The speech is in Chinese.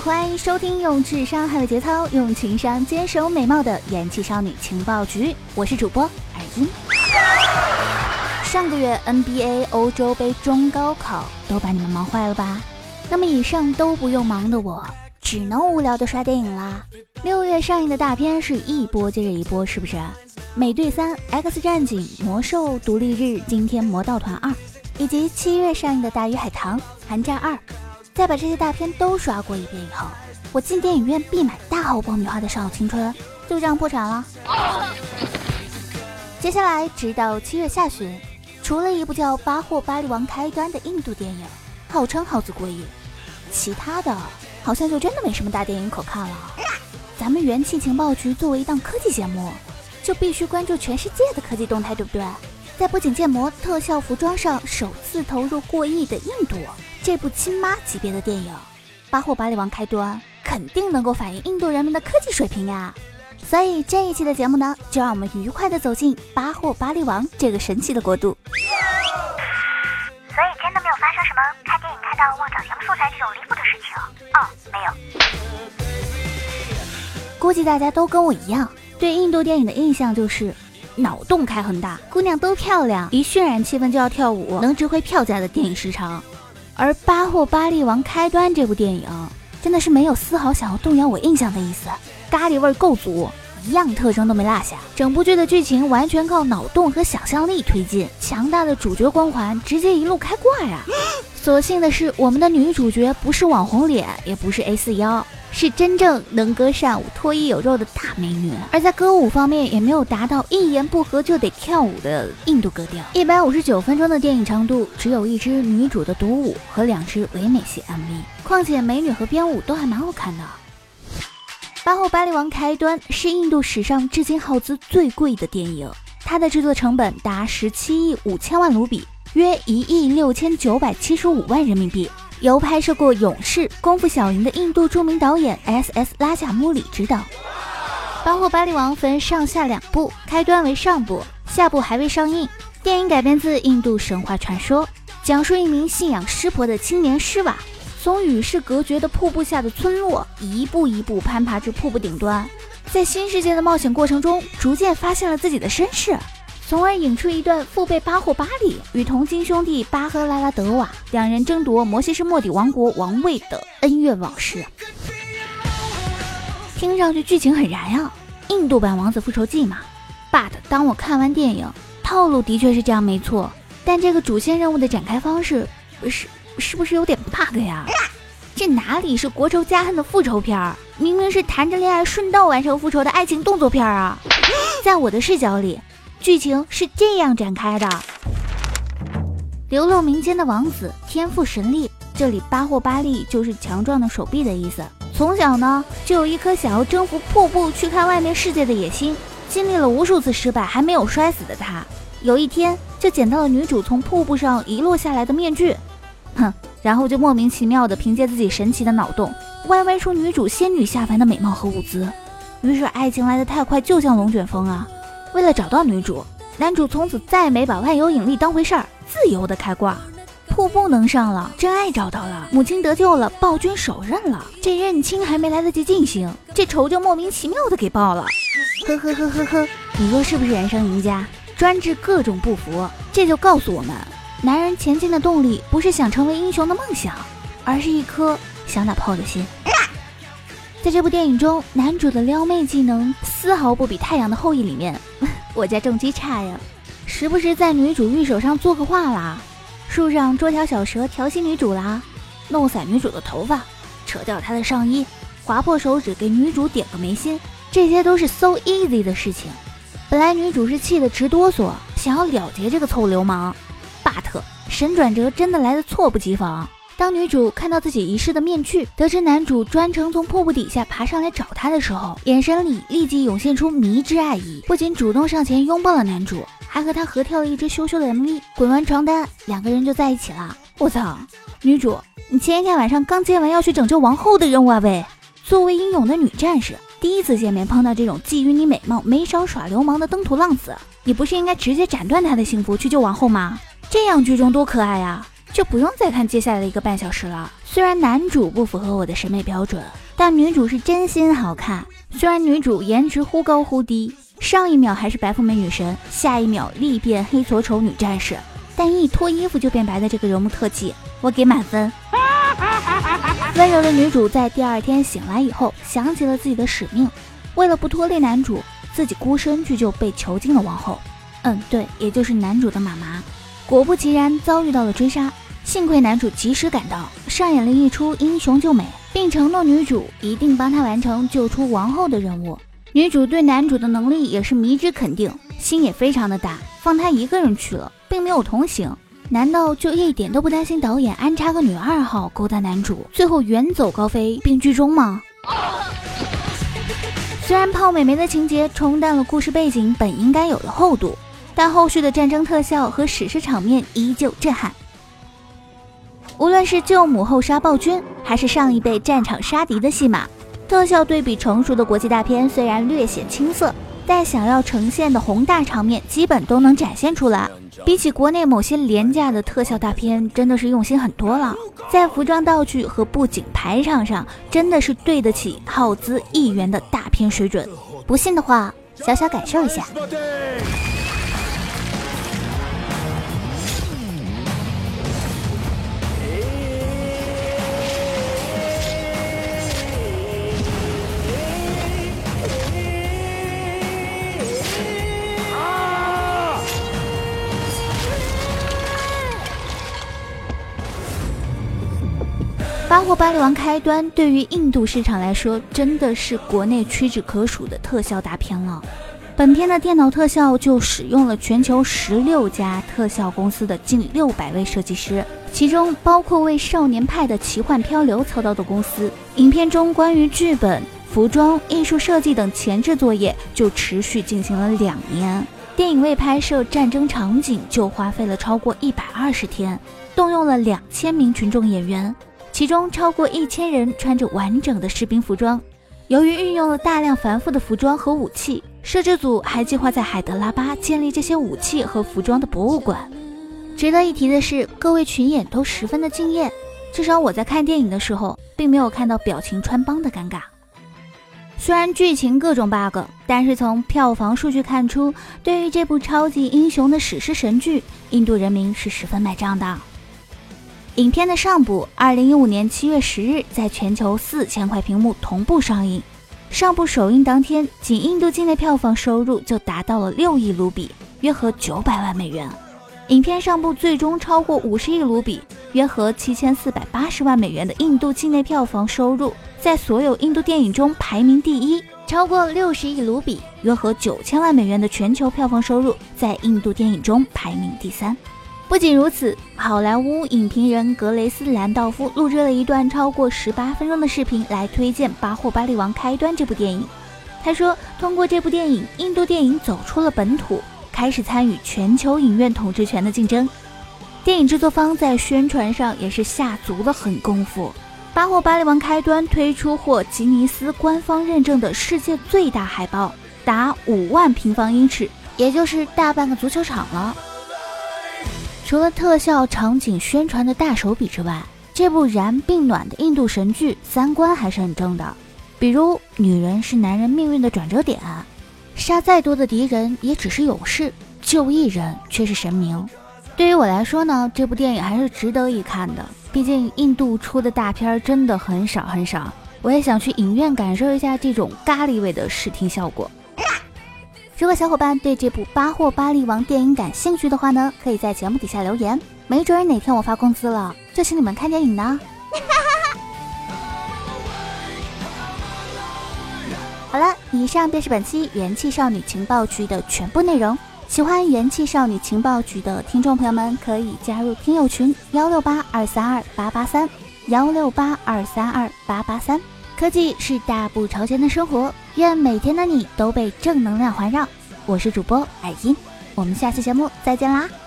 欢迎收听用智商捍卫节操，用情商坚守美貌的元气少女情报局，我是主播尔音。上个月 NBA 欧洲杯中高考都把你们忙坏了吧？那么以上都不用忙的我，只能无聊的刷电影啦。6月上映的大片是一波接着一波，是不是？美队3、X 战警、魔兽、独立日、惊天魔盗团2，以及7月上映的大鱼海棠、寒战2。在把这些大片都刷过一遍以后，我进电影院必买大号爆米花的少女青春就这样破产了。接下来直到7月下旬，除了一部叫《巴霍巴利王开端》的印度电影号称耗资过亿，其他的好像就真的没什么大电影可看了。咱们元气情报局作为一档科技节目，就必须关注全世界的科技动态，对不对？在不仅建模、特效、服装上首次投入过亿的印度，这部亲妈级别的电影《巴霍巴利王开端》肯定能够反映印度人民的科技水平呀。所以这一期的节目呢，就让我们愉快地走进巴霍巴利王这个神奇的国度。 所以真的没有发生什么看电影看到忘找节目素材这种离谱的事情？没有。 估计大家都跟我一样，对印度电影的印象就是脑洞开很大，姑娘都漂亮，一渲染气氛就要跳舞，能值回票价的电影时长。而《巴霍巴利王开端》这部电影真的是没有丝毫想要动摇我印象的意思，咖喱味够足，一样特征都没落下。整部剧的剧情完全靠脑洞和想象力推进，强大的主角光环直接一路开挂呀！所幸的是，我们的女主角不是网红脸，也不是 A41，是真正能歌善舞、脱衣有肉的大美女。而在歌舞方面，也没有达到一言不合就得跳舞的印度格调。159分钟的电影长度，只有一支女主的独舞和2支唯美系 MV， 况且美女和编舞都还蛮好看的。巴霍巴利王开端是印度史上至今耗资最贵的电影，它的制作成本达17亿5千万卢比，约1亿6975万人民币，由拍摄过《勇士》《功夫小营》的印度著名导演 S.S. 拉贾穆里执导。巴霍巴利王分上下2部，开端为上部，下部还未上映。电影改编自印度神话传说，讲述一名信仰湿婆的青年施瓦，从与世隔绝的瀑布下的村落一步一步攀爬至瀑布顶端，在新世界的冒险过程中逐渐发现了自己的身世，从而引出一段父辈巴霍巴利与同亲兄弟巴赫拉拉德瓦2人争夺摩西士末底王国王位的恩怨往事。听上去剧情很燃呀，印度版王子复仇记嘛。but 当我看完电影，套路的确是这样没错，但这个主线任务的展开方式是不是有点 bug 呀？这哪里是国仇家恨的复仇片，明明是谈着恋爱顺道完成复仇的爱情动作片啊！在我的视角里，剧情是这样展开的：流落民间的王子，天赋神力，这里巴霍巴利就是强壮的手臂的意思。从小呢，就有一颗想要征服瀑布去看外面世界的野心，经历了无数次失败还没有摔死的他，有一天就捡到了女主从瀑布上遗落下来的面具，然后就莫名其妙的凭借自己神奇的脑洞歪歪出女主仙女下凡的美貌和舞姿。于是爱情来得太快，就像龙卷风啊！为了找到女主，男主从此再没把万有引力当回事儿，自由的开挂。瀑布能上了，真爱找到了，母亲得救了，暴君手刃了，这认亲还没来得及进行，这仇就莫名其妙的给报了。你说是不是人生赢家？专治各种不服，这就告诉我们，男人前进的动力不是想成为英雄的梦想，而是一颗想打炮的心。在这部电影中，男主的撩妹技能丝毫不比《太阳的后裔》里面我家重击差呀，时不时在女主玉手上作个画啦，树上捉条小蛇调戏女主啦，弄散女主的头发，扯掉她的上衣，划破手指给女主点个眉心，这些都是 so easy 的事情。本来女主是气得直哆嗦，想要了结这个臭流氓，but 神转折真的来得猝不及防。当女主看到自己遗失的面具，得知男主专程从瀑布底下爬上来找她的时候，眼神里立即涌现出迷之爱意，不仅主动上前拥抱了男主，还和他合跳了一支羞羞的 MV， 滚完床单，2个人就在一起了。我操，女主，你前一天晚上刚接完要去拯救王后的任务啊喂！作为英勇的女战士，第一次见面碰到这种觊觎你美貌没少耍流氓的登徒浪子，你不是应该直接斩断他的幸福去救王后吗？这样剧中多可爱啊！ 就不用再看接下来的1个半小时了。虽然男主不符合我的审美标准，但女主是真心好看。虽然女主颜值忽高忽低，上一秒还是白富美女神，下一秒力变黑矬丑女战士，但一脱衣服就变白的这个人物特技，我给满分。温柔的女主在第2天醒来以后，想起了自己的使命，为了不拖累男主，自己孤身去救被囚禁的王后。对，也就是男主的妈妈。果不其然，遭遇到了追杀，幸亏男主及时赶到，上演了一出英雄救美，并承诺女主一定帮他完成救出王后的任务。女主对男主的能力也是迷之肯定，心也非常的大，放他一个人去了，并没有同行。难道就一点都不担心导演安插个女2号勾搭男主，最后远走高飞并剧终吗？虽然泡美眉的情节冲淡了故事背景本应该有的厚度，但后续的战争特效和史诗场面依旧震撼。无论是救母后杀暴君，还是上一辈战场杀敌的戏码，特效对比成熟的国际大片虽然略显青涩，但想要呈现的宏大场面基本都能展现出来。比起国内某些廉价的特效大片，真的是用心很多了，在服装道具和布景排场上真的是对得起耗资1元的大片水准。不信的话，小小感受一下。《巴霍巴利王》开端对于印度市场来说，真的是国内屈指可数的特效大片了。本片的电脑特效就使用了全球16家特效公司的近600位设计师，其中包括为《少年派的奇幻漂流》操刀的公司。影片中关于剧本、服装、艺术设计等前置作业就持续进行了2年。电影为拍摄战争场景就花费了超过120天，动用了2000名群众演员，其中超过1000人穿着完整的士兵服装。由于运用了大量繁复的服装和武器，摄制组还计划在海德拉巴建立这些武器和服装的博物馆。值得一提的是，各位群演都十分的敬业，至少我在看电影的时候并没有看到表情穿帮的尴尬。虽然剧情各种 bug， 但是从票房数据看出，对于这部超级英雄的史诗神剧，印度人民是十分买账的。影片的上部2015年7月10日在全球4000块屏幕同步上映，上部首映当天，仅印度境内票房收入就达到了6亿卢比，约合900万美元。影片上部最终超过50亿卢比，约合7480万美元的印度境内票房收入，在所有印度电影中排名第1。超过60亿卢比，约合9000万美元的全球票房收入，在印度电影中排名第3。不仅如此，好莱坞影评人格雷斯·兰道夫录制了一段超过18分钟的视频来推荐《巴霍巴利王》开端这部电影。他说，通过这部电影，印度电影走出了本土，开始参与全球影院统治权的竞争。电影制作方在宣传上也是下足了狠功夫。《巴霍巴利王》开端推出获吉尼斯官方认证的世界最大海报，达5万平方英尺，也就是大半个足球场了。除了特效场景宣传的大手笔之外，这部燃并暖的印度神剧三观还是很正的，比如女人是男人命运的转折点，杀再多的敌人也只是勇士，救一人却是神明。对于我来说呢，这部电影还是值得一看的，毕竟印度出的大片真的很少很少，我也想去影院感受一下这种咖喱味的视听效果。如果小伙伴对这部《巴霍巴利王》电影感兴趣的话呢，可以在节目底下留言，没准哪天我发工资了，就请你们看电影呢。好了，以上便是本期元气少女情报局的全部内容。喜欢元气少女情报局的听众朋友们，可以加入听友群168232883 168232883。科技是大步朝前的生活，愿每天的你都被正能量环绕。我是主播艾音，我们下期节目再见啦。